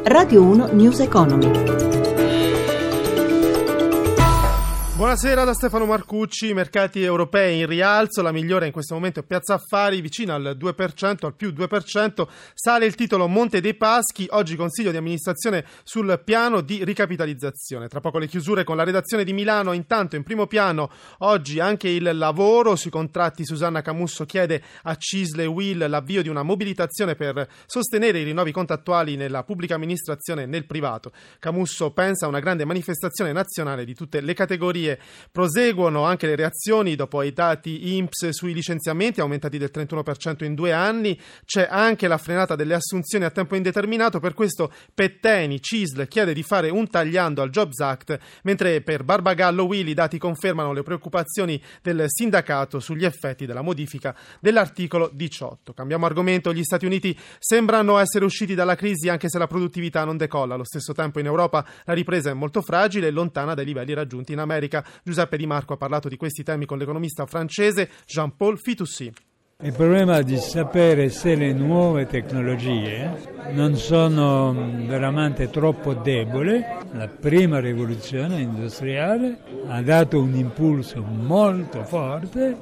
Radio 1 News Economy. Buonasera da Stefano Marcucci. Mercati europei in rialzo, la migliore in questo momento è Piazza Affari, vicino al 2%, al più 2%, sale il titolo Monte dei Paschi, oggi consiglio di amministrazione sul piano di ricapitalizzazione. Tra poco le chiusure con la redazione di Milano, intanto in primo piano oggi anche il lavoro, sui contratti Susanna Camusso chiede a CISL e UIL l'avvio di una mobilitazione per sostenere i rinnovi contrattuali nella pubblica amministrazione e nel privato. Camusso pensa a una grande manifestazione nazionale di tutte le categorie. Proseguono anche le reazioni dopo i dati INPS sui licenziamenti aumentati del 31% in 2 anni. C'è anche la frenata delle assunzioni a tempo indeterminato, per questo Petteni, CISL chiede di fare un tagliando al Jobs Act, mentre per Barbagallo UIL i dati confermano le preoccupazioni del sindacato sugli effetti della modifica dell'articolo 18. Cambiamo argomento, gli Stati Uniti sembrano essere usciti dalla crisi anche se la produttività non decolla. Allo stesso tempo in Europa la ripresa è molto fragile e lontana dai livelli raggiunti in America. Giuseppe Di Marco ha parlato di questi temi con l'economista francese Jean-Paul Fitoussi. Il problema di sapere se le nuove tecnologie non sono veramente troppo deboli. La prima rivoluzione industriale ha dato un impulso molto forte.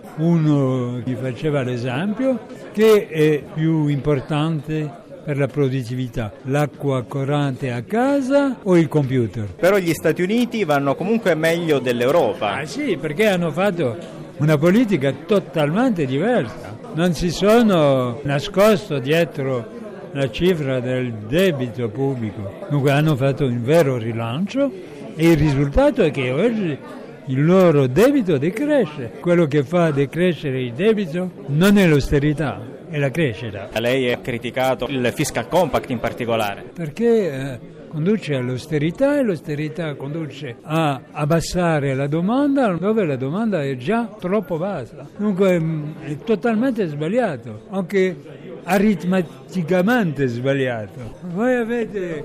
Uno vi faceva l'esempio che è più importante per la produttività, l'acqua corrente a casa o il computer. Però gli Stati Uniti vanno comunque meglio dell'Europa. Ah sì, perché hanno fatto una politica totalmente diversa. Non si sono nascosto dietro la cifra del debito pubblico. Dunque hanno fatto un vero rilancio e il risultato è che oggi il loro debito decresce. Quello che fa decrescere il debito non è l'austerità, è la crescita. Lei ha criticato il fiscal compact in particolare. Perché conduce all'austerità e l'austerità conduce a abbassare la domanda dove la domanda è già troppo bassa. Dunque è totalmente sbagliato, anche aritmeticamente sbagliato. Voi avete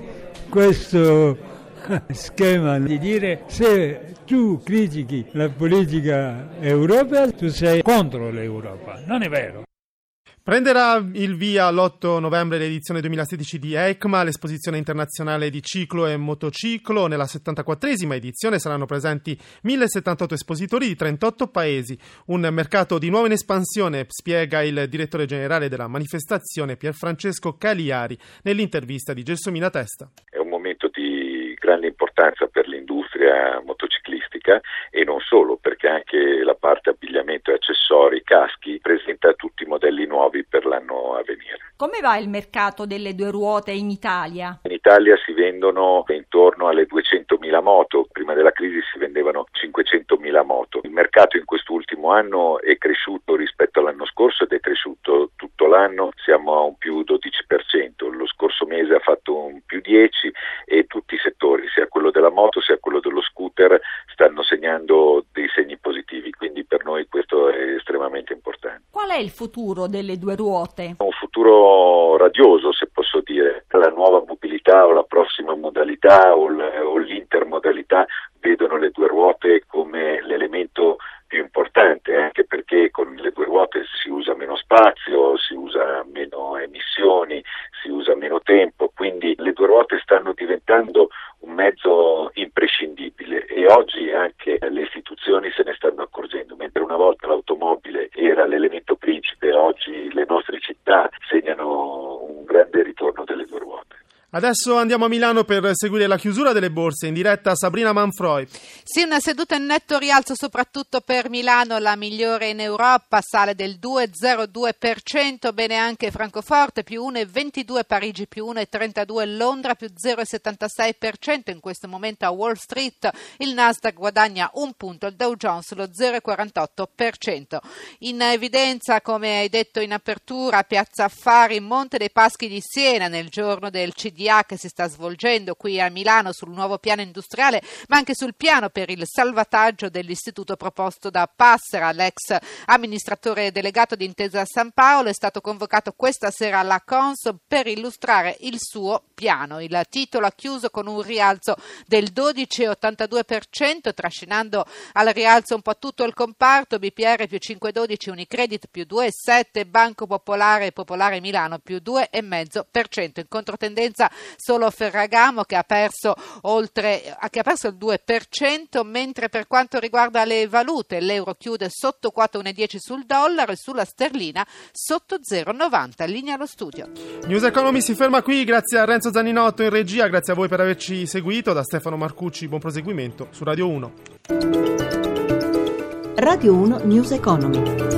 questo schema di dire se tu critichi la politica europea tu sei contro l'Europa. Non è vero. Prenderà il via l'8 novembre l'edizione 2016 di EICMA, l'esposizione internazionale di ciclo e motociclo. Nella 74esima edizione saranno presenti 1078 espositori di 38 paesi. Un mercato di nuovo in espansione, spiega il direttore generale della manifestazione Pierfrancesco Cagliari nell'intervista di Gelsomina Testa. È un momento di grande importanza per l'industria motociclistica e non solo, perché anche la parte abbigliamento e accessori, caschi, presenta tutti i modelli nuovi per l'anno a venire. Come va il mercato delle due ruote in Italia? In Italia si vendono intorno alle 200.000 moto, prima della crisi si vendevano 500.000 moto. Il mercato in quest'ultimo anno è cresciuto rispetto all'anno scorso ed è cresciuto tutto l'anno, siamo a un più 12%, lo scorso mese ha fatto un più 10% e tutti i settori, sia quello della moto sia quello dello scooter, stanno segnando dei segni positivi, quindi per noi questo è estremamente importante. Qual è il futuro delle due ruote? Un futuro radioso, se posso dire. La nuova mobilità o la prossima modalità o l'intermodalità vedono le due ruote come l'elemento più importante, anche perché con le due ruote si usa meno spazio, si usa meno emissioni, si usa meno tempo, quindi le due ruote stanno diventando un mezzo imprescindibile e oggi anche le istituzioni se ne stanno accorgendo, mentre una volta l'automobile era l'elemento principe, oggi le nostre città segnano un grande ritorno delle due ruote. Adesso andiamo a Milano per seguire la chiusura delle borse. In diretta Sabrina Manfroi. Sì, una seduta in netto rialzo soprattutto per Milano, la migliore in Europa, sale del 2,02%, bene anche Francoforte più 1,22%, Parigi più 1,32%, Londra più 0,76%. In questo momento a Wall Street il Nasdaq guadagna un punto, il Dow Jones lo 0,48%. In evidenza, come hai detto in apertura, Piazza Affari, Monte dei Paschi di Siena, nel giorno del CDA che si sta svolgendo qui a Milano sul nuovo piano industriale, ma anche sul piano per il salvataggio dell'istituto proposto da Passera. L'ex amministratore delegato di Intesa San Paolo è stato convocato questa sera alla Consob per illustrare il suo piano. Il titolo ha chiuso con un rialzo del 12,82%, trascinando al rialzo un po' tutto il comparto. BPR più 5,12%, Unicredit più 2,7%, Banco Popolare e Popolare Milano più 2,5%. In controtendenza solo Ferragamo che ha perso il 2%, mentre per quanto riguarda le valute l'euro chiude sotto quota 1,10 sul dollaro e sulla sterlina sotto 0,90. Linea allo studio. News Economy si ferma qui, grazie a Renzo Zanninotto in regia, grazie a voi per averci seguito, da Stefano Marcucci buon proseguimento su Radio 1. Radio 1 News Economy.